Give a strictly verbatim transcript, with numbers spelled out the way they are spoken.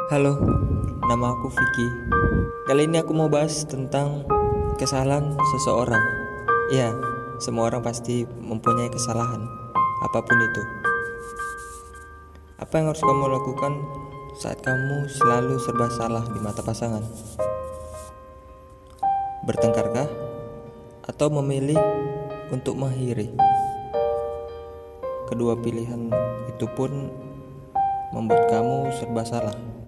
Halo, nama aku Vicky. Kali ini aku mau bahas tentang kesalahan seseorang. Ya, semua orang pasti mempunyai kesalahan, apapun itu. Apa yang harus kamu lakukan saat kamu selalu serba salah di mata pasangan? Bertengkarkah? Atau memilih untuk mengakhiri? Kedua pilihan itu pun membuat kamu serba salah.